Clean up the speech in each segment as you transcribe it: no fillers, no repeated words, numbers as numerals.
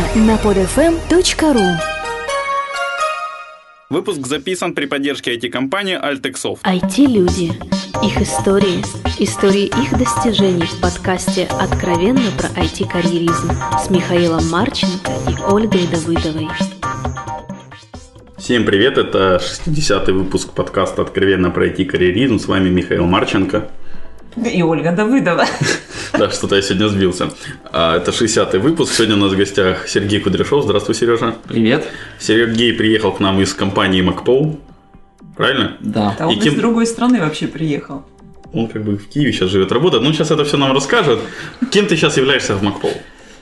на podfm.ru. Выпуск записан при поддержке IT-компании Altexoft. IT-люди. Их истории. Истории их достижений в подкасте «Откровенно про IT-карьеризм» с Михаилом Марченко и Ольгой Давыдовой. Всем привет, это 60-й выпуск подкаста «Откровенно про IT-карьеризм». С вами Михаил Марченко. И Ольга Давыдова. Да, что-то я сегодня сбился. Это 60-й выпуск. Сегодня у нас в гостях Сергей Кудряшов. Здравствуй, Сережа. Привет. Сергей приехал к нам из компании MacPo. Правильно? Да. А он из другой страны вообще приехал. Он как бы в Киеве сейчас живет, работает. Ну, сейчас это все нам расскажет. Кем ты сейчас являешься в MacPo?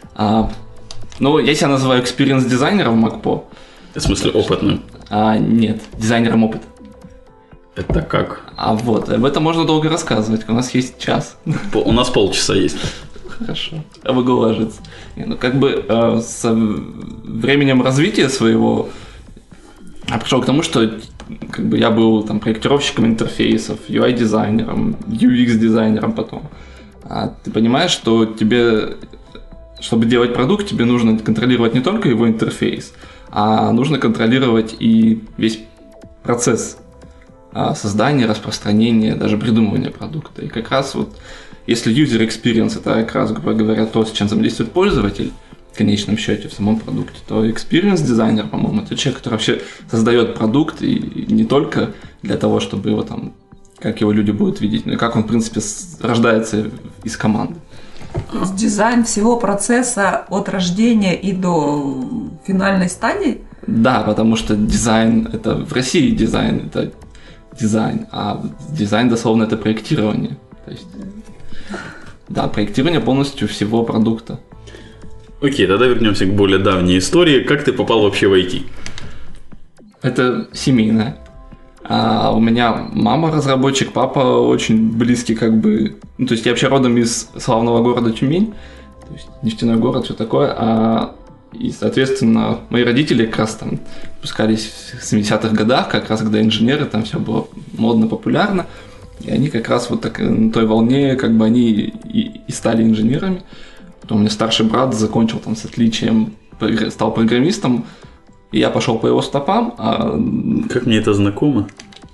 Я себя называю экспириенс-дизайнером в MacPo. В смысле опытным? Нет, дизайнером опыта. Это как? Об этом можно долго рассказывать, у нас есть час. У нас полчаса есть. Хорошо, я могу ложиться. Со временем развития своего я пришел к тому, что я был проектировщиком интерфейсов, UI-дизайнером, UX-дизайнером потом. А ты понимаешь, что тебе, чтобы делать продукт, тебе нужно контролировать не только его интерфейс, а нужно контролировать и весь процесс создания, распространения, даже придумывания продукта. И как раз если user experience это как раз, грубо говоря, то, с чем взаимодействует пользователь в конечном счете в самом продукте, то experience дизайнер, по-моему, это человек, который вообще создает продукт и не только для того, чтобы его как его люди будут видеть, но и как он, в принципе, рождается из команды. То есть дизайн всего процесса от рождения и до финальной стадии? Да, потому что дизайн, это в России дизайн, это дизайн, а дизайн дословно это проектирование. То есть, да, проектирование полностью всего продукта. Окей, тогда вернемся к более давней истории. Как ты попал вообще в IT? Это семейное. У меня мама разработчик, папа очень близкий то есть я вообще родом из славного города Тюмень, то есть нефтяной город, все такое, и, соответственно, мои родители как раз выпускались в 70-х годах, как раз когда инженеры, там все было модно, популярно, и они как раз на той волне, они и стали инженерами. Потом у меня старший брат закончил с отличием, стал программистом, и я пошел по его стопам. Как мне это знакомо?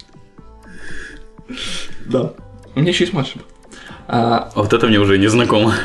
Да. У меня еще есть младший. Вот это мне уже не знакомо.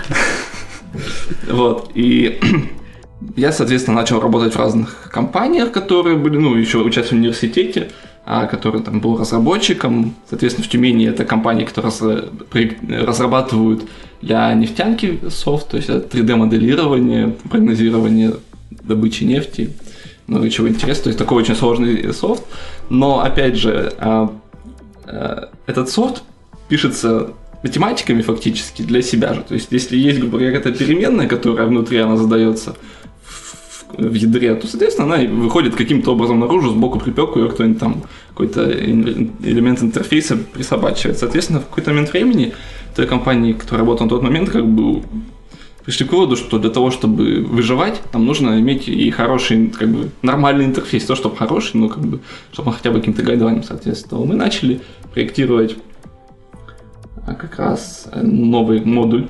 И я, соответственно, начал работать в разных компаниях, которые были, еще учась в университете, который был разработчиком. Соответственно, в Тюмени это компании, которые разрабатывают для нефтянки софт, то есть это 3D-моделирование, прогнозирование добычи нефти, много чего интересного, то есть такой очень сложный софт. Но, опять же, этот софт пишется математиками фактически для себя же. То есть, если есть, грубо говоря, какая-то переменная, которая внутри она задается в ядре, то, соответственно, она выходит каким-то образом наружу, сбоку припеку ее кто-нибудь какой-то элемент интерфейса присобачивает. Соответственно, в какой-то момент времени той компании, которая работала на тот момент, пришли к выводу, что для того, чтобы выживать, нам нужно иметь и хороший, нормальный интерфейс. То, чтобы хороший, но чтобы он хотя бы каким-то гайдлайнам соответствовал. Мы начали проектировать как раз новый модуль,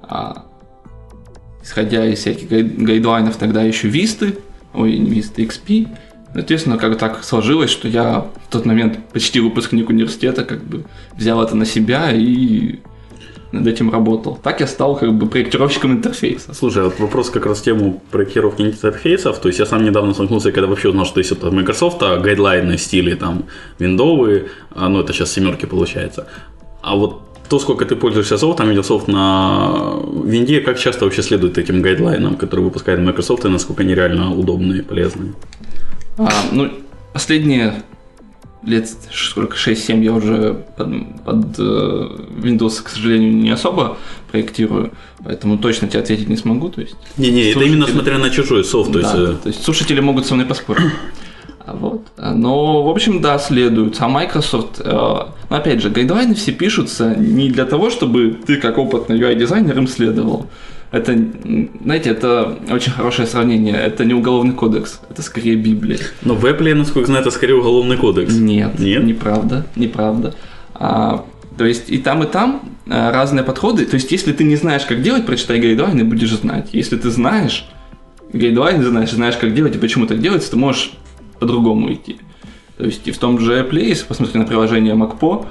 исходя из всяких гайдлайнов, тогда еще Vista, не Vista, XP. Соответственно, так сложилось, что я в тот момент почти выпускник университета, взял это на себя и над этим работал. Так я стал проектировщиком интерфейса. Слушай, вопрос как раз в тему проектировки интерфейсов. То есть я сам недавно столкнулся, когда вообще узнал, что есть от Microsoft гайдлайны в стиле Windows, это сейчас 7 получается. А то, сколько ты пользуешься софтом, видел софт на Винде, как часто вообще следует этим гайдлайнам, которые выпускает Microsoft, и насколько они реально удобные и полезные? Последние лет 6-7 я уже под Windows, к сожалению, не особо проектирую, поэтому точно тебе ответить не смогу. То есть, это именно смотря на чужой софт. Да, то есть слушатели могут со мной поспорить. Но, в общем, да, следуют. А Microsoft, опять же, гайдлайны все пишутся не для того, чтобы ты, как опытный UI-дизайнер, им следовал. Это, знаете, это очень хорошее сравнение. Это не уголовный кодекс, это скорее Библия. Но в Apple, насколько знаю, это скорее уголовный кодекс. Нет? Неправда. То есть и там разные подходы. То есть если ты не знаешь, как делать, прочитай гайдлайн и будешь знать. Если ты знаешь, гайдлайн, знаешь, как делать и почему так делается, ты можешь по-другому идти. То есть и в том же Apple, если посмотреть на приложение MacPo,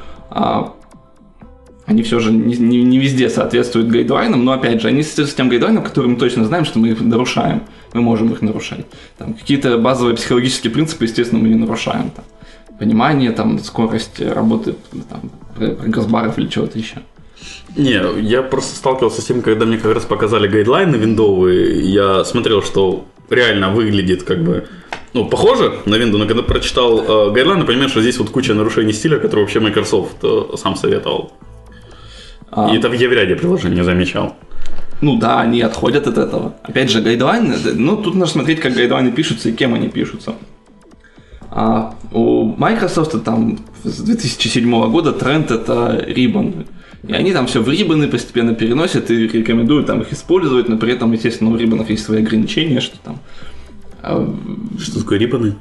они все же не везде соответствуют гайдлайнам, но опять же, они соответствуют тем гайдлайнам, которые мы точно знаем, что мы их нарушаем, мы можем их нарушать. Там какие-то базовые психологические принципы, естественно, мы не нарушаем. Там, понимание, там, скорость работы там, прогресс-баров или чего-то еще. Не, я просто сталкивался с тем, когда мне как раз показали гайдлайны виндовые, я смотрел, что реально выглядит как бы, похоже на Windows, но когда прочитал гайдлайны, понимаешь, что здесь вот куча нарушений стиля, которые вообще Microsoft сам советовал. И это в Евряде приложение замечал. Да, они отходят от этого. Опять же, гайдлайны, тут нужно смотреть, как гайдлайны пишутся и кем они пишутся. У Microsoft там с 2007 года тренд это риббоны. И они там все в риббоны постепенно переносят и рекомендуют там их использовать, но при этом, естественно, у риббонов есть свои ограничения, что там... Что такое риббоны?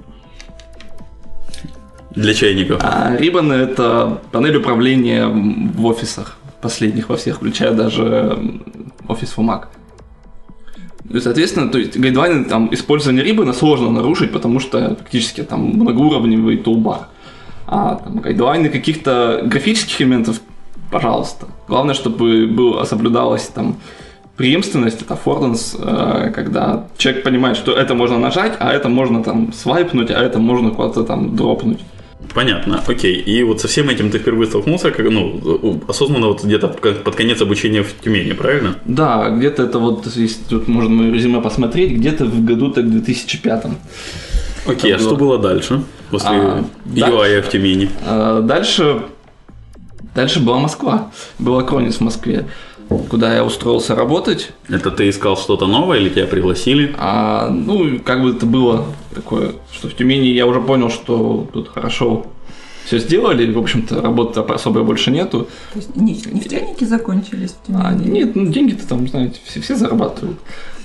Для чайников. Риббоны — это панель управления в офисах, последних во всех, включая даже Office for Mac. И, соответственно, то есть гайдлайны, там, использование риббона сложно нарушить, потому что фактически там многоуровневый тулбар. Там, гайдлайны каких-то графических элементов, пожалуйста. Главное, чтобы соблюдалась там преемственность, это affordance, когда человек понимает, что это можно нажать, а это можно там свайпнуть, а это можно куда-то там дропнуть. Понятно, окей. И вот со всем этим ты впервые столкнулся, осознанно вот где-то под конец обучения в Тюмени, правильно? Да, где-то это вот, если тут можно мое резюме посмотреть, где-то в году так 2005. Окей, а что было дальше, после UI в Тюмени? Дальше была Москва, был Acronis в Москве, куда я устроился работать. Это ты искал что-то новое или тебя пригласили? Как бы это было такое, что в Тюмени я уже понял, что тут хорошо все сделали, в общем-то, работы особой больше нету. То есть нефтяники закончились в Тюмени? Нет, деньги-то там, знаете, все зарабатывают.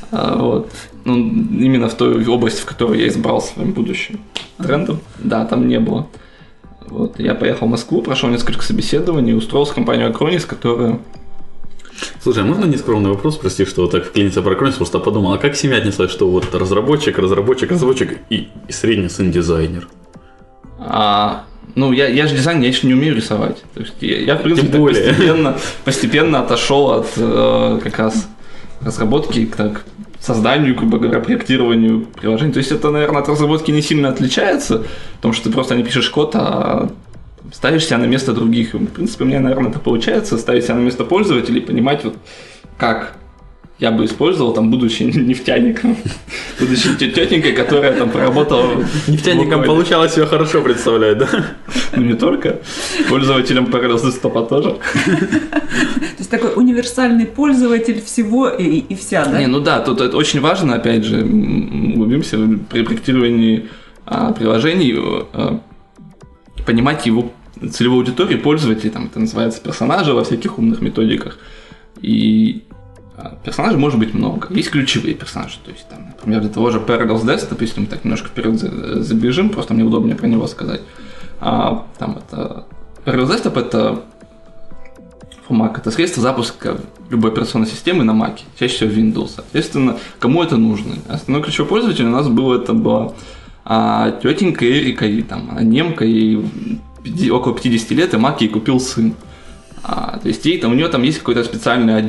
Именно в той области, в которой я избрал своим будущим трендом, да, там не было. Вот, я поехал в Москву, прошел несколько собеседований, устроился в компанию Acronis, которая... Слушай, а можно нескромный вопрос, прости, что так вклиниться про Acronis, просто подумал, а как семья отнеслась, что вот разработчик и средний сын дизайнер? Я же дизайн, я еще не умею рисовать. То есть я в принципе, постепенно отошел от как раз разработки к созданию, грубо говоря, проектированию приложений. То есть это, наверное, от разработки не сильно отличается, потому что ты просто не пишешь код, а ставишь себя на место других. В принципе, у меня, наверное, это получается, ставить себя на место пользователей, понимать, вот, как я бы использовал, там, будучи нефтяником, будучи тетенькой, которая там проработала... Нефтяником получалось себя хорошо представлять, да? Не только. Пользователем Parallels Desktop тоже. То есть такой универсальный пользователь всего и вся, да? Тут это очень важно, опять же, убедимся, при проектировании приложений понимать его целевую аудиторию пользователей, там это называется персонажи во всяких умных методиках. И персонажей может быть много. Есть ключевые персонажи, то есть, там, например, для того же Parallels Desktop, если мы так немножко вперед забежим, просто мне удобнее про него сказать. Там это Parallels Desktop — это for Mac, это средство запуска любой операционной системы на Mac, чаще всего Windows. Соответственно, кому это нужно? Основной ключевой пользователь у нас была тетенька Эрика, и там она немка, ей около 50 лет, и Mac ей купил сын. То есть у нее там есть какой-то специальный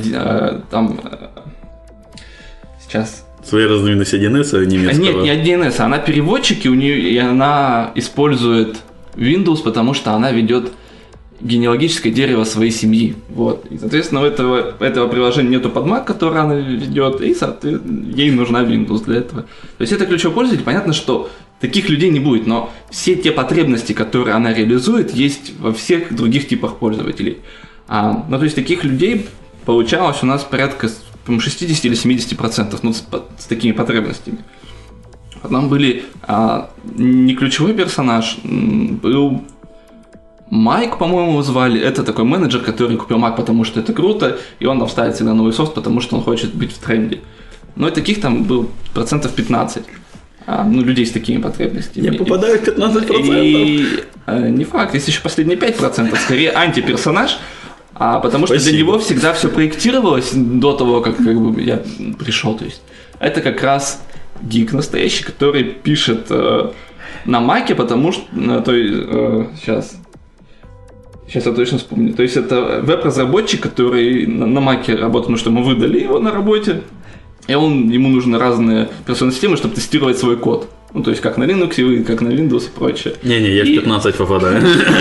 сейчас... Своя разновидность 1С немецкого? Нет, не 1С, она переводчик, и она использует Windows, потому что она ведет генеалогическое дерево своей семьи. Вот. И, соответственно, у этого приложения нету под Mac, который она ведет, и, соответственно, ей нужна Windows для этого. То есть это ключевой пользователь, понятно, что таких людей не будет, но все те потребности, которые она реализует, есть во всех других типах пользователей. То есть таких людей получалось у нас порядка 60 или 70%, с такими потребностями. Потом были не ключевой персонаж, был Майк, по-моему, его звали. Это такой менеджер, который купил Mac, потому что это круто, и он там ставит всегда новый софт, потому что он хочет быть в тренде. Но и таких там было 15%. Людей с такими потребностями. Я попадаю в 15%. И не факт, есть еще последние 5%, скорее антиперсонаж. Потому что для него всегда все проектировалось до того, как бы я пришел. То есть это как раз гик настоящий, который пишет на Маке, потому что... Сейчас я точно вспомню. То есть это веб-разработчик, который на Маке работает, потому что мы выдали его на работе, и ему нужны разные операционные системы, чтобы тестировать свой код. Ну, то есть как на Linux, как на Windows и прочее. Не-не, я в 15 попадаю.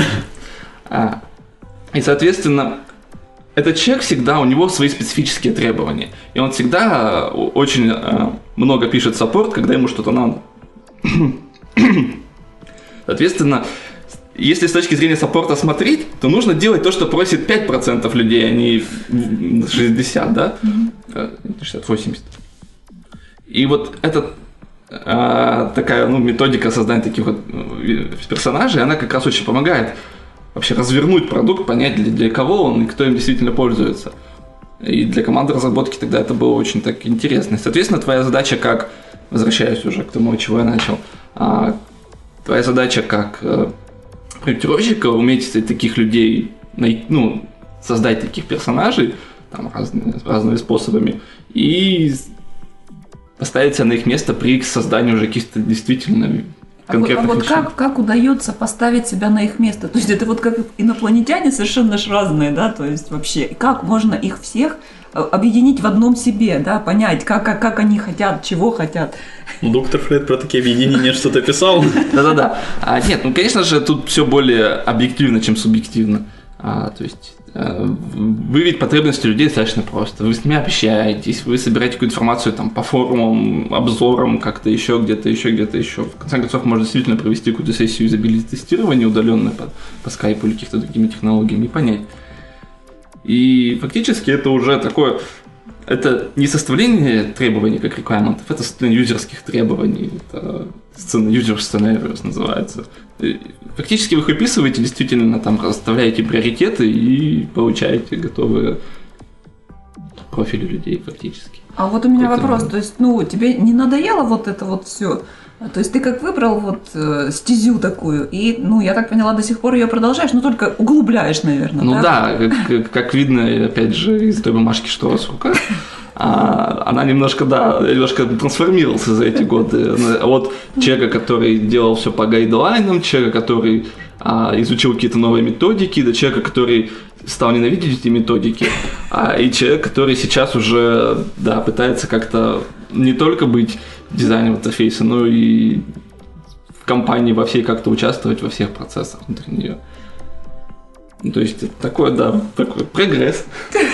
И, соответственно, этот человек всегда, у него свои специфические требования. И он всегда очень много пишет саппорт, когда ему что-то надо. Соответственно, если с точки зрения саппорта смотреть, то нужно делать то, что просит 5% людей, а не 60, да? 60-80. И вот это такая методика создания таких вот персонажей, она как раз очень помогает вообще развернуть продукт, понять, для кого он и кто им действительно пользуется. И для команды разработки тогда это было очень так интересно. Соответственно, твоя задача как, возвращаясь уже к тому, чего я начал, твоя задача как проектировщика уметь таких людей, создать таких персонажей там, разными способами и поставить себя на их место при создании уже каких-то действительно конкретных решений. Как удается поставить себя на их место? То есть это вот как инопланетяне совершенно ж разные, да, то есть вообще, как можно их всех объединить в одном себе, да, понять, как они хотят, чего хотят. Доктор Фрейд про такие объединения что-то писал. Да-да-да. Нет, конечно же, тут все более объективно, чем субъективно. То есть выявить потребности людей достаточно просто. Вы с ними общаетесь, вы собираете какую-то информацию там, по форумам, обзорам, как-то еще, где-то еще. В конце концов, можно действительно провести какую-то сессию юзабилити-тестирования удаленное по скайпу или каких-то другими технологиями и понять. И фактически это уже такое... Это не составление требований как реквайментов, это составление юзерских требований. Это user scenarios называется. И фактически вы их выписываете, действительно там расставляете приоритеты и получаете готовые профили людей фактически. А вот у меня вопрос, то есть, тебе не надоело вот это вот все? То есть ты как выбрал вот стезю такую, и, я так поняла, до сих пор ее продолжаешь, но только углубляешь, наверное, да? Как видно, опять же, из той бумажки, что у вас в руках, она немножко трансформировался за эти годы. От человека, который делал все по гайдлайнам, человека, который изучил какие-то новые методики, до человека, который стал ненавидеть эти методики, и человек, который сейчас уже, пытается как-то не только быть дизайнером интерфейса, но и в компании во всей как-то участвовать во всех процессах внутри нее. То есть это такой прогресс.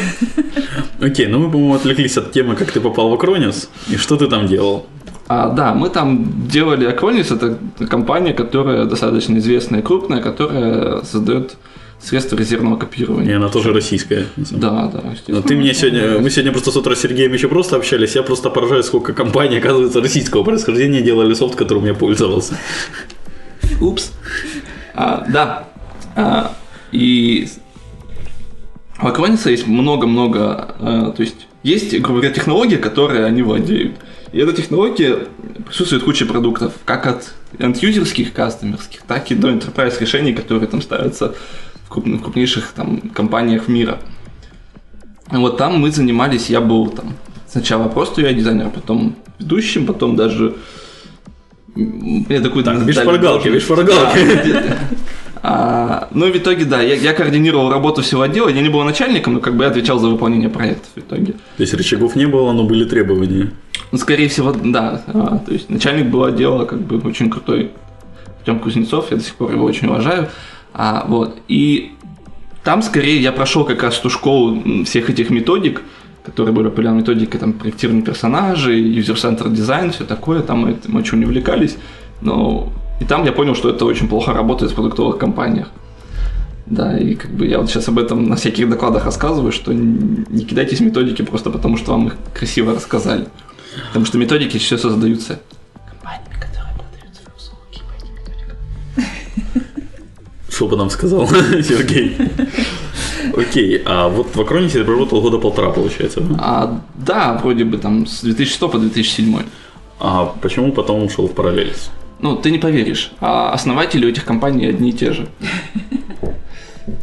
Окей, мы, по-моему, отвлеклись от темы, как ты попал в Acronis, и что ты там делал? Мы там делали Acronis, это компания, которая достаточно известная и крупная, которая создает средства резервного копирования. И она тоже российская. Да. Но мы сегодня просто с утра с Сергеем еще просто общались, я просто поражаюсь, сколько компаний, оказывается, российского происхождения делали софт, которым я пользовался. Упс. И у Acronis есть много-много, то есть, грубо говоря, технологии, которые они владеют. И эта технология присутствует в куче продуктов, как от end-юзерских, кастомерских, так и до enterprise решений, которые там ставятся в крупнейших там компаниях мира. Вот там мы занимались, я был там сначала просто UI-дизайнером, потом ведущим, потом даже... Видишь шпаргалки. В итоге, я координировал работу всего отдела, я не был начальником, но я отвечал за выполнение проектов в итоге. То есть рычагов не было, но были требования? Скорее всего, да. То есть начальник был отдела очень крутой Артем Кузнецов, я до сих пор его очень уважаю. И там скорее я прошел как раз ту школу всех этих методик, которые были популярны, методики там, проектирования персонажей, user-centered дизайн, все такое, там мы очень увлекались, и там я понял, что это очень плохо работает в продуктовых компаниях. Да, и я вот сейчас об этом на всяких докладах рассказываю, что не кидайтесь в методики просто потому, что вам их красиво рассказали. Потому что методики все создаются компаниями, которые продают свои услуги по этим методикам. Шепотом сказал Сергей. Окей, а вот в Acronis ты проработал года 1.5, получается, да? Да, вроде бы там с 2006 по 2007. А почему потом ушел в Parallels? Ты не поверишь, основатели у этих компаний одни и те же.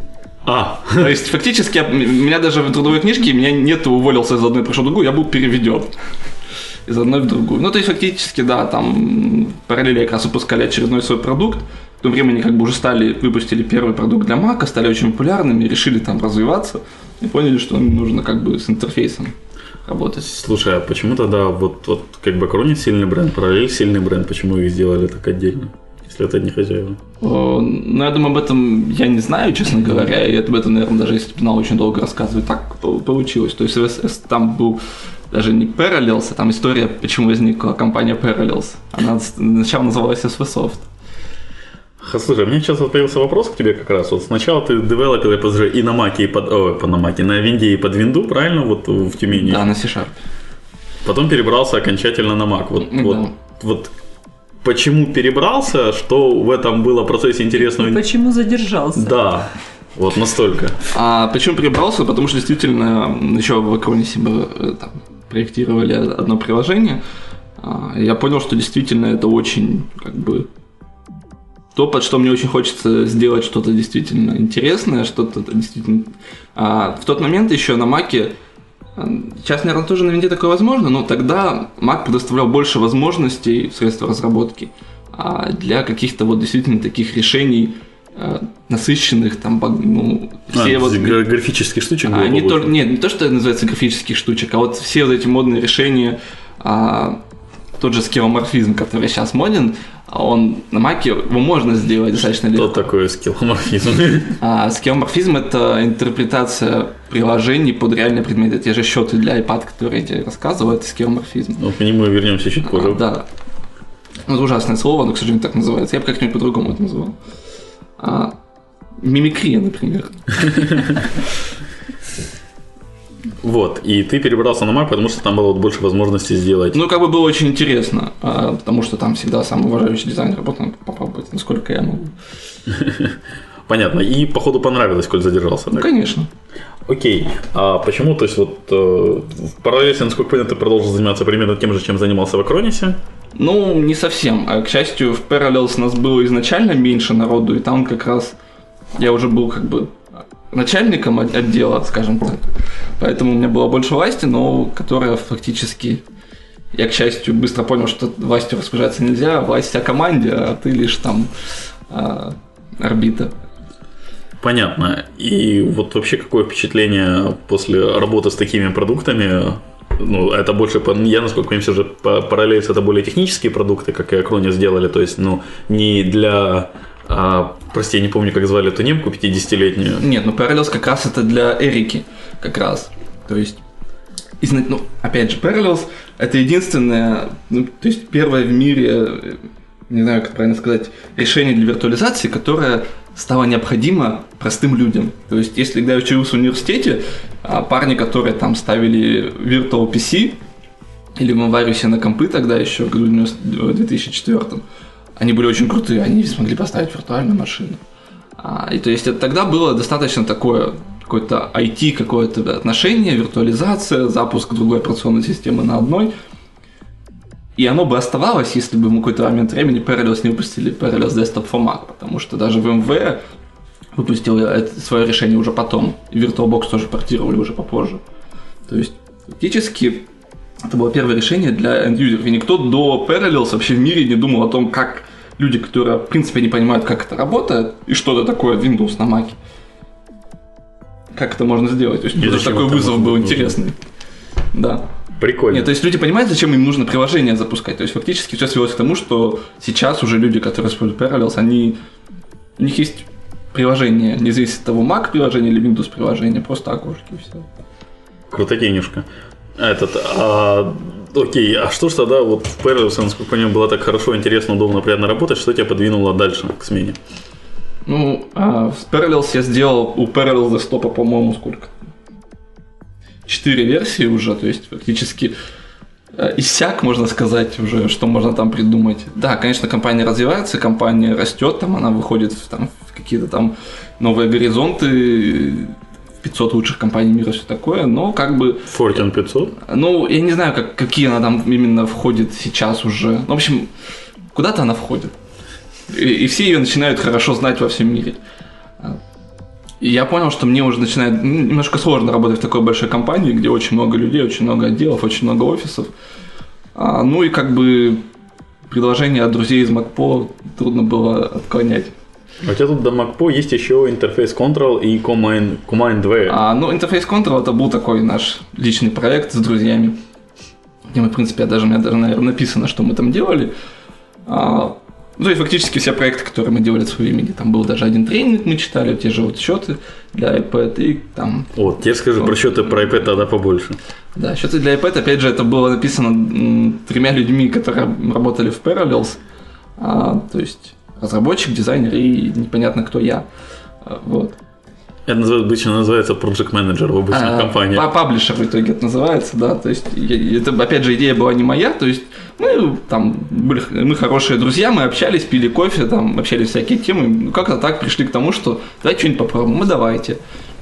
То есть, фактически, у меня даже в трудовой книжке, меня нет, уволился из одной, пришел в другую, я был переведен из одной в другую. Ну, то есть, фактически, да, там параллели как раз выпускали очередной свой продукт, в то времени как бы уже выпустили первый продукт для Mac, стали очень популярными, решили там развиваться и поняли, что нужно как бы с интерфейсом работать. Слушай, а почему тогда вот как бы Acronis сильный бренд, Parallels сильный бренд, почему их сделали так отдельно, если это не хозяева? Ну, я думаю, об этом я не знаю, честно говоря, и об этом, наверное, даже если бы знал, очень долго рассказывать, так получилось. То есть там был даже не Parallels, а там история, почему возникла компания Parallels. Она сначала называлась SVSoft. Слушай, у меня сейчас вот появился вопрос к тебе как раз. Вот сначала ты девелопил и на Mac, и на Винде, и под Винду, правильно, вот в Тюмени? Да, на C#. Потом перебрался окончательно на Mac. Вот почему перебрался, что в этом было в процессе интересного? Почему задержался? Да, вот настолько. А почему перебрался? Потому что действительно еще в Acronis мы проектировали одно приложение. Я понял, что действительно это очень как бы то, под что мне очень хочется сделать что-то действительно интересное, что-то действительно... в тот момент еще на Mac'е, сейчас, наверное, тоже на Винде такое возможно, но тогда Mac предоставлял больше возможностей в средствах разработки для каких-то вот действительно таких решений, насыщенных, там, все графических штучек? Не то, что это называется графических штучек, а вот все вот эти модные решения, тот же скилломорфизм, который сейчас моден, он на Mac'е его можно сделать достаточно легко. Что такое скилломорфизм? Скилломорфизм – это интерпретация приложений под реальные предметы. Те же счеты для iPad, которые я тебе рассказывал, это скилломорфизм. Ну, к нему вернемся чуть позже. Да. Это ужасное слово, но, к сожалению, так называется. Я бы как-нибудь по-другому это называл. Мимикрия, например. Вот, и ты перебрался на Mac, потому что там было больше возможностей сделать. Ну, как бы было очень интересно, потому что там всегда самый уважающий дизайнер, потом попробовать, насколько я могу. Понятно, и походу понравилось, коль задержался. Ну, конечно. Окей, а почему, то есть вот в Parallels, насколько понятно, ты продолжил заниматься примерно тем же, чем занимался в Acronis? Ну, не совсем, к счастью, в Parallels у нас было изначально меньше народу, и там как раз я уже был как бы начальником отдела, скажем так. Поэтому у меня было больше власти, но которая фактически... Я, к счастью, быстро понял, что властью распоряжаться нельзя, власть о команде, а ты лишь там орбита. Понятно. И вот вообще какое впечатление после работы с такими продуктами? Ну, это больше, я насколько понимаю, все же Parallels это более технические продукты, как и Acronis сделали, то есть, ну, не для... прости, я не помню, как звали эту немку 50-летнюю. Нет, Parallels как раз это для Эрики, как раз. То есть, опять же, Parallels это единственное, то есть первое в мире, не знаю, как правильно сказать, решение для виртуализации, которое стало необходимо простым людям. То есть, если когда я учился в университете, парни, которые там ставили Virtual PC или в Авариусе на компы тогда еще, в году 2004, они были очень крутые, они смогли поставить виртуальную машину. И то есть это тогда было достаточно такое, какое-то IT, какое-то отношение, виртуализация, запуск другой операционной системы на одной. И оно бы оставалось, если бы в какой-то момент времени Parallels не выпустили Parallels Desktop for Mac, потому что даже VMware выпустил свое решение уже потом, и VirtualBox тоже портировали уже попозже. То есть фактически это было первое решение для end-юзеров, и никто до Parallels вообще в мире не думал о том, как люди, которые в принципе не понимают, как это работает, и что это такое Windows на Mac, как это можно сделать. То есть даже такой вызов был интересный. Да. Прикольно. Нет, то есть люди понимают, зачем им нужно приложение запускать. То есть фактически все свелось к тому, что сейчас уже люди, которые используют Parallels, у них есть приложение, не зависит от того, Mac приложение или Windows приложение, просто окошки и все. Крутотенежка. Окей, а что ж тогда вот в Parallels, насколько я понимаю, было так хорошо, интересно, удобно, приятно работать, что тебя подвинуло дальше к смене? С Parallels я сделал у Parallels Desktop, по-моему, сколько? 4 версии уже, то есть фактически иссяк, можно сказать, уже, что можно там придумать. Да, конечно, компания развивается, компания растет, там она выходит в какие-то там новые горизонты, 500 лучших компаний мира, все такое, но как бы... Fortune 500? Я не знаю, какие она там именно входит сейчас уже. В общем, куда-то она входит. И все ее начинают хорошо знать во всем мире. И я понял, что мне уже начинает немножко сложно работать в такой большой компании, где очень много людей, очень много отделов, очень много офисов. Ну и как бы предложение от друзей из MacPo трудно было отклонять. У тебя тут до MacPo есть еще интерфейс Control и Command V. Ну, интерфейс Control это был такой наш личный проект с друзьями. Где мы, в принципе, у меня даже, наверное, написано, что мы там делали. Ну, и фактически все проекты, которые мы делали от своего имени. Там был даже один тренинг, мы читали, те же вот счеты для iPad и там... Вот, теперь скажи про счеты про iPad тогда побольше. Да, счеты для iPad, опять же, это было написано 3 людьми, которые работали в Parallels. То есть разработчик, дизайнер и непонятно кто я. Вот. Это обычно называется Project Manager в обычных компаниях. Паблишер в итоге это называется, да. То есть, это, опять же, идея была не моя. То есть, мы хорошие друзья, мы общались, пили кофе, там, общались всякие темы. Как-то так пришли к тому, что давай что-нибудь попробуем. Мы давайте.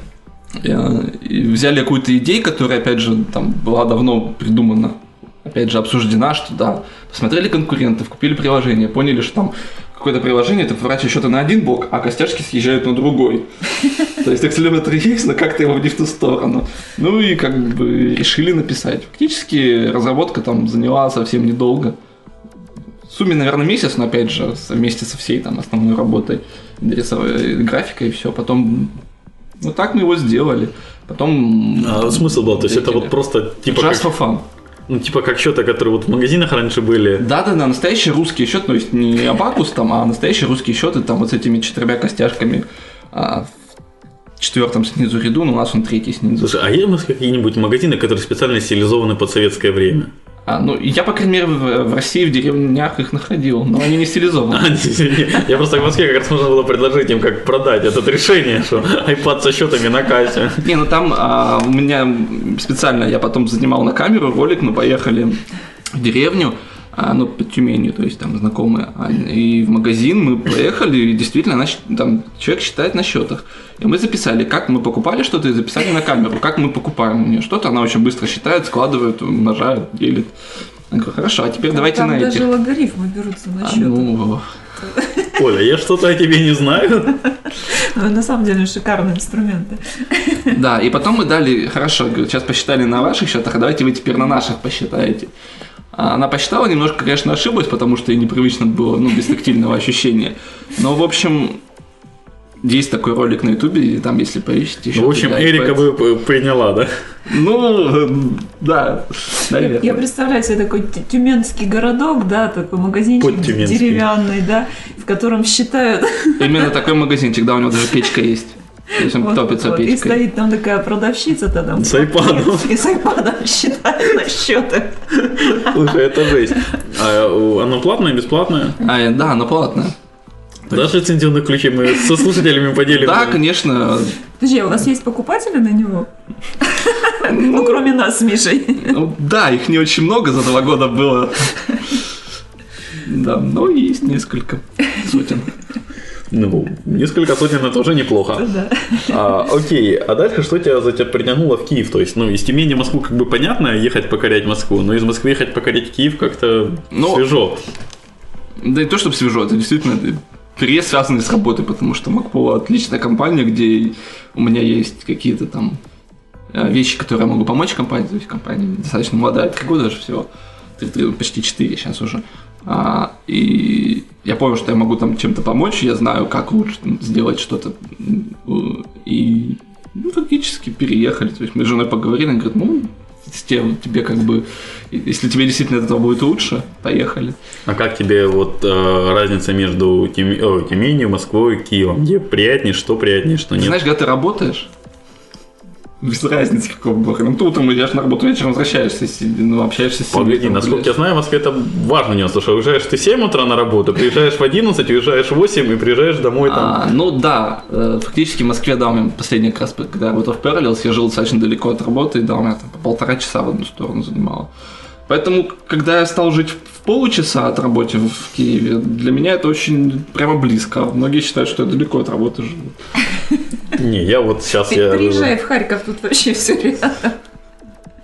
И взяли какую-то идею, которая, опять же, там была давно придумана. Опять же, обсуждена, что да, посмотрели конкурентов, купили приложение, поняли, что там какое-то приложение, ты поворачиваешь счета на один блок, а костяшки съезжают на другой. То есть акселерометр есть, но как-то его не в ту сторону. Ну и как бы решили написать. Фактически разработка там заняла совсем недолго. В сумме, наверное, месяц, но опять же, вместе со всей там основной работой, графикой и все. Потом, вот так мы его сделали. Потом... смысл был, то есть это вот просто типа... Just for fun. Ну, типа как счеты, которые вот в магазинах раньше были. Да, настоящие русские счеты, то есть не абакус там, а настоящие русские счеты там вот с этими 4 костяшками в 4-м снизу ряду, но у нас он 3-й снизу. Слушай, а есть у нас какие-нибудь магазины, которые специально стилизованы под советское время? Я, по крайней мере, в России, в деревнях их находил, но они не стилизованы. Я просто в Москве как раз можно было предложить им, как продать это решение, что iPad со счетами на кассе. Не, там у меня специально, я потом занимал на камеру ролик, мы поехали в деревню, под Тюменью, то есть там знакомые, и в магазин мы поехали, и действительно там человек считает на счетах. И мы записали, как мы покупали что-то, и записали на камеру, как мы покупаем у нее что-то, она очень быстро считает, складывает, умножает, делит. Я говорю, хорошо, а теперь давайте там на даже этих. логарифмы берутся на счет. Оля, я что-то о тебе не знаю. На самом деле шикарные инструменты. Да, и потом мы дали, хорошо, сейчас посчитали на ваших счетах, а давайте вы теперь на наших посчитаете. Она посчитала, немножко, конечно, ошиблась, потому что ей непривычно было, без тактильного ощущения. Но, в общем, есть такой ролик на Ютубе, и там, если поищите... В общем, Эрика бы приняла, да? Да, наверное. Я представляю себе такой тюменский городок, да, такой магазинчик деревянный, да, в котором считают... Именно такой магазинчик, да, у него даже печка есть. То есть он топится печкой. И стоит там такая продавщица-то там. С айпадом. И с айпадом считает на счеты. Слушай, это жесть. А оно платное, бесплатное? Да, оно платное. Даже лицензионные ключи мы со слушателями поделим. Да, конечно. Подожди, у вас есть покупатели на него? Кроме нас с Мишей. Да, их не очень много, за 2 года было. Да, но есть несколько сотен. Несколько сотен это уже неплохо. Да. Окей, а дальше что тебя притянуло в Киев? То есть, из Тюмени в Москву как бы понятно ехать покорять Москву, но из Москвы ехать покорять Киев как-то свежо. Да не то, чтобы свежо, это действительно переезд, связанный с работой, потому что MacPo отличная компания, где у меня есть какие-то там вещи, которые я могу помочь компании, то есть компания достаточно молодая, 3 года даже всего, почти 4 сейчас уже. И я понял, что я могу там чем-то помочь, я знаю, как лучше сделать что-то. И фактически переехали. То есть мы с женой поговорили, она говорит, тебе как бы, если тебе действительно от этого будет лучше, поехали. А как тебе разница между Тюменью, Москвой и Киевом? Где приятнее, что нет? Знаешь, когда ты работаешь, без разницы какого бога. Ты утром идешь на работу, вечером возвращаешься, общаешься с семьей. Погоди, насколько я знаю, в Москве это важно не потому что уезжаешь ты в 7 утра на работу, приезжаешь в 11, уезжаешь в 8 и приезжаешь домой там. Фактически в Москве, да, у меня последний раз, когда я работал в Parallels, я жил достаточно далеко от работы, да, у меня там по 1,5 часа в одну сторону занимало. Поэтому, когда я стал жить в получаса от работы в Киеве, для меня это очень прямо близко. Многие считают, что я далеко от работы живу. Не, я вот сейчас... Приезжай в Харьков, тут вообще все рядом.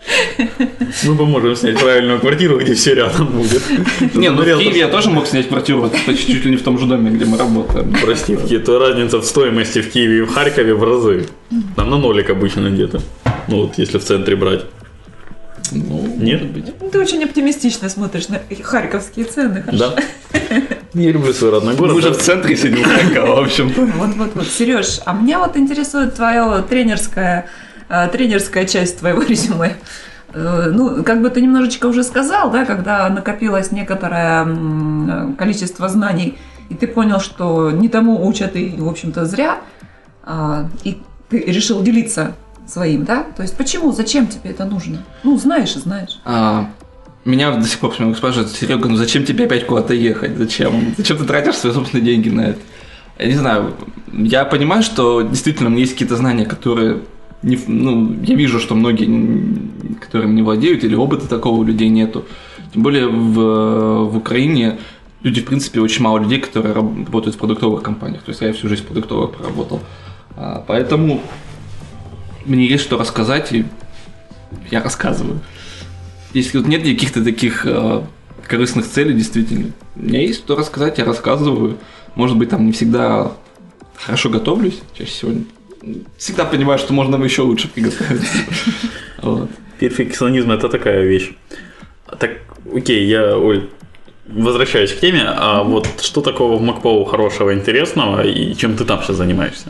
Мы поможем снять правильную квартиру, где все рядом будет. Не, ну в Киеве я тоже мог снять квартиру, это чуть ли не в том же доме, где мы работаем. Прости, то разница в стоимости в Киеве и в Харькове в разы. Там на нолик обычно где-то. Ну вот, если в центре брать. Ну, нет? Ты очень оптимистично смотришь на харьковские цены. Да. Я люблю свой родной город. Мы же в центре сидим Харькова, в общем-то. Вот. Сереж, а меня вот интересует твоя тренерская часть твоего резюме. Ну, как бы ты немножечко уже сказал, да, когда накопилось некоторое количество знаний, и ты понял, что не тому учат и, в общем-то, зря, и ты решил делиться своим, да? То есть почему, зачем тебе это нужно? Ну, знаешь и знаешь. Меня до сих пор спрашивают: Серега, ну зачем тебе опять куда-то ехать? Зачем? Зачем ты тратишь свои собственные деньги на это? Я не знаю, я понимаю, что действительно есть какие-то знания, которые... я вижу, что многие, которым не владеют, или опыта такого у людей нету. Тем более в Украине люди, в принципе, очень мало людей, которые работают в продуктовых компаниях. То есть я всю жизнь в продуктовых проработал. Поэтому мне есть что рассказать, и я рассказываю. Если вот нет каких-то таких корыстных целей, действительно, у меня есть что рассказать, я рассказываю. Может быть, там не всегда хорошо готовлюсь, чаще всего. Всегда понимаю, что можно еще лучше приготовиться. Перфекционизм – это такая вещь. Так, окей, Оль, возвращаюсь к теме. А вот что такого в МакПоу хорошего, интересного, и чем ты там сейчас занимаешься?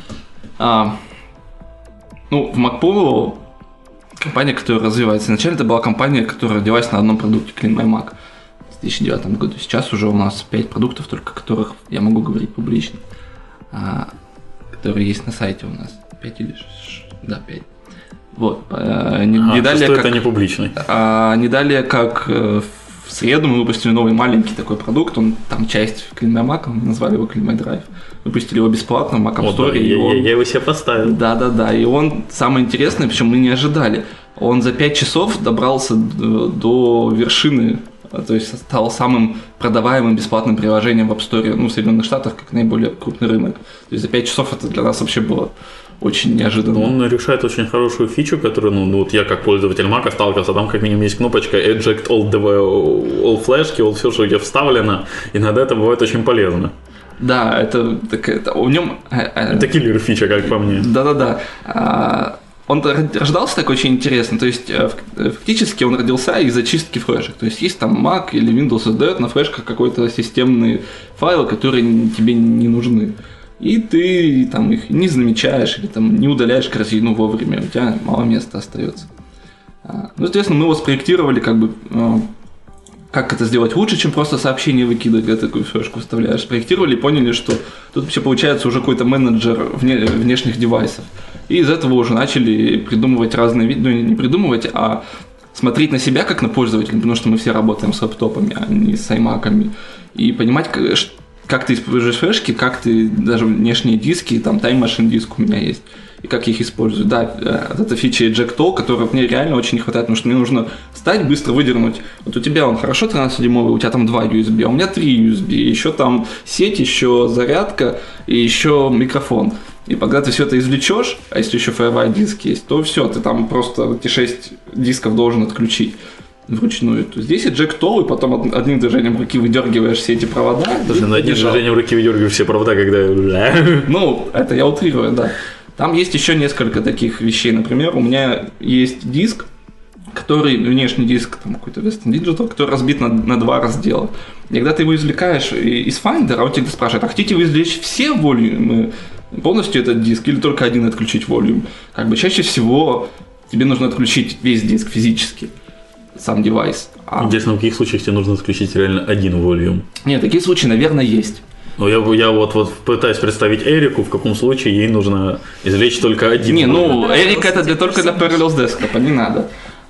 В МакПоу компания, которая развивается. Изначально это была компания, которая родилась на одном продукте Clean My Mac в 2009 году. Сейчас уже у нас 5 продуктов, только о которых я могу говорить публично, которые есть на сайте у нас. 5 или 6? Да, 5. Вот. Не далее, что как, это не публичный. Не далее, как в среду мы выпустили новый маленький такой продукт, он там часть Clean My Mac, мы назвали его Clean My Drive. Выпустили его бесплатно в Mac App Store. Я его себе поставил. Да, и он самый интересный, причем мы не ожидали. Он за 5 часов добрался до вершины, то есть стал самым продаваемым бесплатным приложением в App Store, в Соединенных Штатах, как наиболее крупный рынок. То есть за 5 часов это для нас вообще было очень неожиданно. Он решает очень хорошую фичу, которую, вот я как пользователь Mac сталкивался, там как минимум есть кнопочка Eject all флешки, all все, что у тебя вставлено, иногда это бывает очень полезно. Да, это в нем... Это киллер фича, как по мне. Да. Он рождался так очень интересно, то есть фактически он родился из зачистки флешек. То есть там Mac или Windows создает на флешках какой-то системный файл, которые тебе не нужны. И ты там их не замечаешь или там не удаляешь корзину вовремя, у тебя мало места остается. Соответственно, мы его спроектировали как это сделать лучше, чем просто сообщение выкидывать, когда такую флешку вставляешь. Спроектировали и поняли, что тут вообще получается уже какой-то менеджер внешних девайсов. И из этого уже начали придумывать разные виды, не придумывать, а смотреть на себя как на пользователя, потому что мы все работаем с лэптопами, а не с iMac'ами, и понимать, как ты используешь флешки, как ты даже внешние диски, там Time Machine диск у меня есть, и как я их использую. Да, это фича Eject All, которой мне реально очень не хватает, потому что мне нужно встать, быстро выдернуть. Вот у тебя он хорошо 13-дюймовый, у тебя там 2 USB, а у меня 3 USB, еще там сеть, еще зарядка и еще микрофон. И когда ты все это извлечешь, а если еще FireWire диск есть, то все, ты там просто эти 6 дисков должен отключить вручную. То здесь Eject All, и потом одним движением руки выдергиваешь все эти провода. Слушай, одним движением руки выдергиваешь все провода, когда... Это я утрирую, да. Там есть еще несколько таких вещей. Например, у меня есть диск, внешний диск, там какой-то Western Digital, который разбит на 2 раздела. И когда ты его извлекаешь из Finder, он тебя спрашивает: а хотите вы извлечь все волюмы, полностью этот диск, или только один отключить волюм? Чаще всего тебе нужно отключить весь диск физически, сам девайс. Интересно, в каких случаях тебе нужно отключить реально один волюм? Нет, такие случаи, наверное, есть. Я вот пытаюсь представить Эрику, в каком случае ей нужно извлечь только один. Эрика это только для Parallels Desktop, не надо.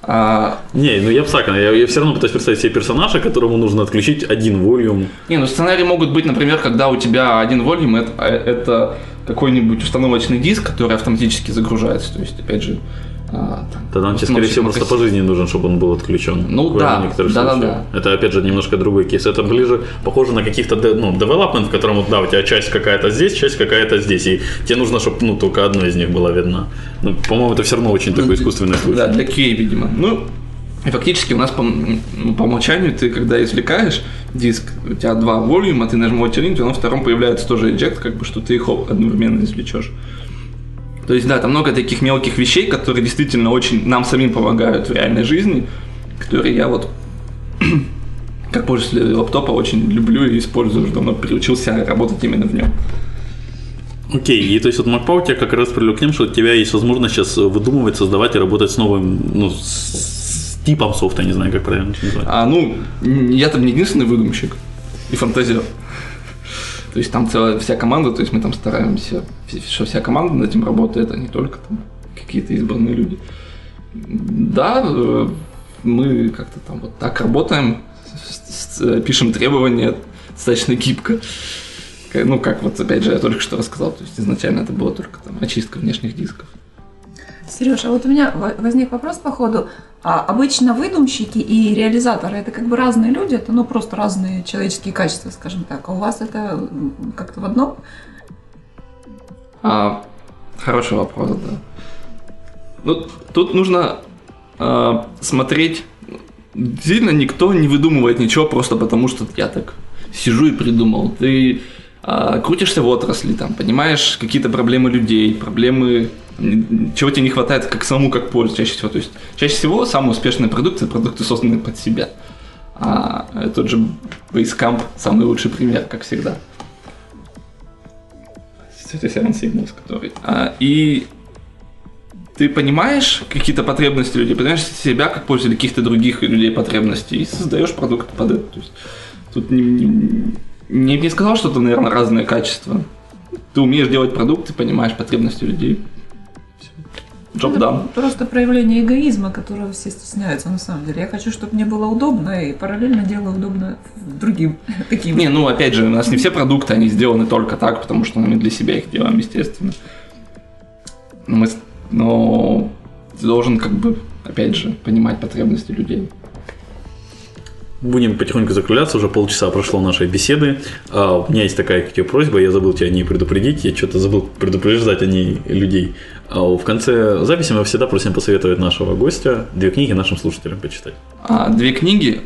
Я абстрактно, я все равно пытаюсь представить себе персонажа, которому нужно отключить один волюм. Сценарии могут быть, например, когда у тебя один волюм это какой-нибудь установочный диск, который автоматически загружается, то есть, опять же... Тогда он тебе, скорее всего, просто по жизни нужен, чтобы он был отключен. Да. Это, опять же, немножко другой кейс. Это ближе, похоже на каких-то development, в котором, у тебя часть какая-то здесь, часть какая-то здесь, и тебе нужно, чтобы, только одна из них была видна. По-моему, это все равно очень такой искусственный случай. Да, для QA, видимо. И фактически у нас по умолчанию ты, когда извлекаешь диск, у тебя 2 волюма, ты нажимаешь линк, и на втором появляется тоже eject, как бы, что ты их одновременно извлечешь. То есть, да, там много таких мелких вещей, которые действительно очень нам самим помогают в реальной жизни, которые я вот, как пользователь лаптопа, очень люблю и использую, уже давно приучился работать именно в нем. Окей, и то есть вот MacPow у тебя как раз привлек к тем, что у тебя есть возможность сейчас выдумывать, создавать и работать с новым, ну, с типом софта, не знаю, как правильно называть. Я там не единственный выдумщик и фантазер. То есть там вся команда, то есть мы там стараемся, что вся команда над этим работает, а не только там какие-то избранные люди. Да, мы как-то там вот так работаем, пишем требования достаточно гибко. Ну, как вот, опять же, я только что рассказал, то есть изначально это было только там очистка внешних дисков. Сереж, а вот у меня возник вопрос по ходу. Обычно выдумщики и реализаторы – это как бы разные люди, это ну просто разные человеческие качества, скажем так. А у вас это как-то в одном? Хороший вопрос, да. Ну, тут нужно смотреть. Действительно, никто не выдумывает ничего просто потому, что я так сижу и придумал. Ты крутишься в отрасли, там, понимаешь какие-то проблемы людей, проблемы, чего тебе не хватает как самому, как пользователю чаще всего. То есть чаще всего самые успешные продукты – продукты, созданные под себя. Тот же Basecamp – самый лучший пример, как всегда. Это Seven Signals, который. И ты понимаешь какие-то потребности людей, понимаешь себя как пользователя каких-то других людей потребностей и создаешь продукт под это. То есть тут не сказал, что это, наверное, разные качества. Ты умеешь делать продукт, ты понимаешь потребности людей. Job done. Просто проявление эгоизма, которого все стесняются на самом деле. Я хочу, чтобы мне было удобно, и параллельно делаю удобно другим таким. Опять же, у нас не все продукты, они сделаны только так, потому что мы для себя их делаем, естественно. Но ты должен, как бы, опять же, понимать потребности людей. Будем потихоньку закругляться, уже полчаса прошло нашей беседы. У меня есть такая к тебе просьба, я забыл тебя о ней предупредить, я что-то забыл предупреждать о ней людей. В конце записи мы всегда просим посоветовать нашего гостя 2 книги нашим слушателям почитать. 2 книги?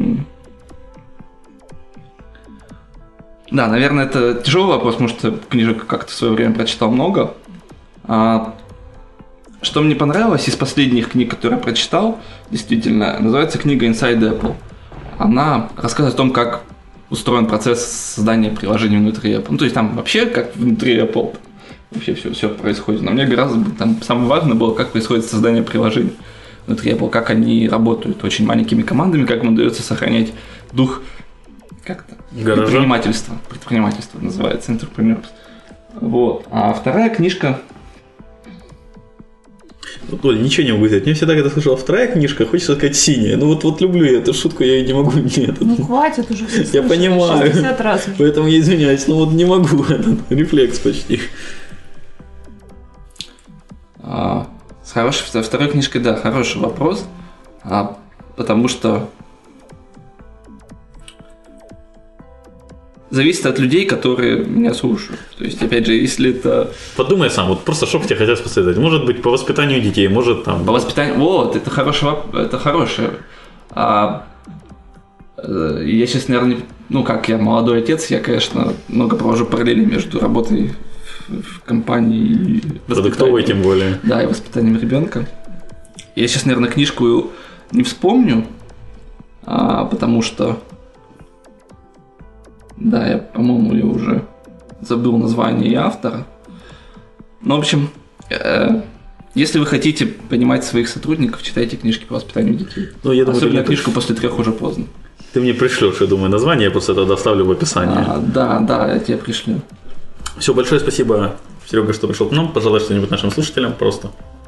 Да, наверное, это тяжелый вопрос, потому что книжек как-то в свое время прочитал много. Что мне понравилось из последних книг, которые я прочитал, действительно, называется книга Inside Apple. Она рассказывает о том, как устроен процесс создания приложений внутри Apple. Ну, то есть там вообще как внутри Apple вообще все происходит. Но мне гораздо там самое важное было, как происходит создание приложений внутри Apple, как они работают очень маленькими командами, как им удается сохранять дух как-то предпринимательства. Предпринимательство называется, entrepreneurs. Вот. А вторая книжка. Оль, ничего не могу сказать. Мне всегда, когда слышал вторая книжка, хочется сказать синяя. Ну вот люблю я эту шутку, я ее не могу. Нет. Ну хватит уже. Я понимаю. 60 раз. Поэтому я извиняюсь, но вот не могу. Этот рефлекс почти. С второй книжкой, да, хороший вопрос. Потому что зависит от людей, которые меня слушают. То есть, опять же, если это... Подумай сам, вот просто что тебе хотят посоветовать. Может быть, по воспитанию детей, может там... По воспитанию... Вот, это хорошее. Я сейчас, наверное, как я молодой отец, я, конечно, много провожу параллели между работой в компании и... Продуктовой, тем более. Да, и воспитанием ребенка. Я сейчас, наверное, книжку не вспомню, потому что... Да, я, по-моему, я уже забыл название и автора. Ну, в общем, если вы хотите понимать своих сотрудников, читайте книжки по воспитанию детей. Ну, я думаю, особенно книжку «После 3» уже поздно. Ты мне пришлешь, я думаю, название, я просто это доставлю в описании. Да, я тебе пришлю. Все, большое спасибо, Серега, что пришел к нам. Пожелай что-нибудь нашим слушателям просто.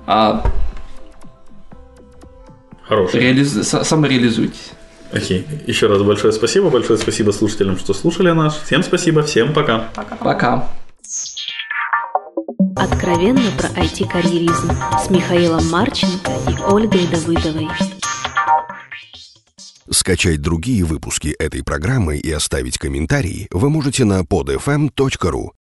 Хороший. Самореализуйтесь. Окей. Еще раз большое спасибо слушателям, что слушали нас. Всем спасибо, всем пока. Пока. Откровенно про IT-карьеризм с Михаилом Марченко и Ольгой Давыдовой. Скачать другие выпуски этой программы и оставить комментарии вы можете на podfm.ru.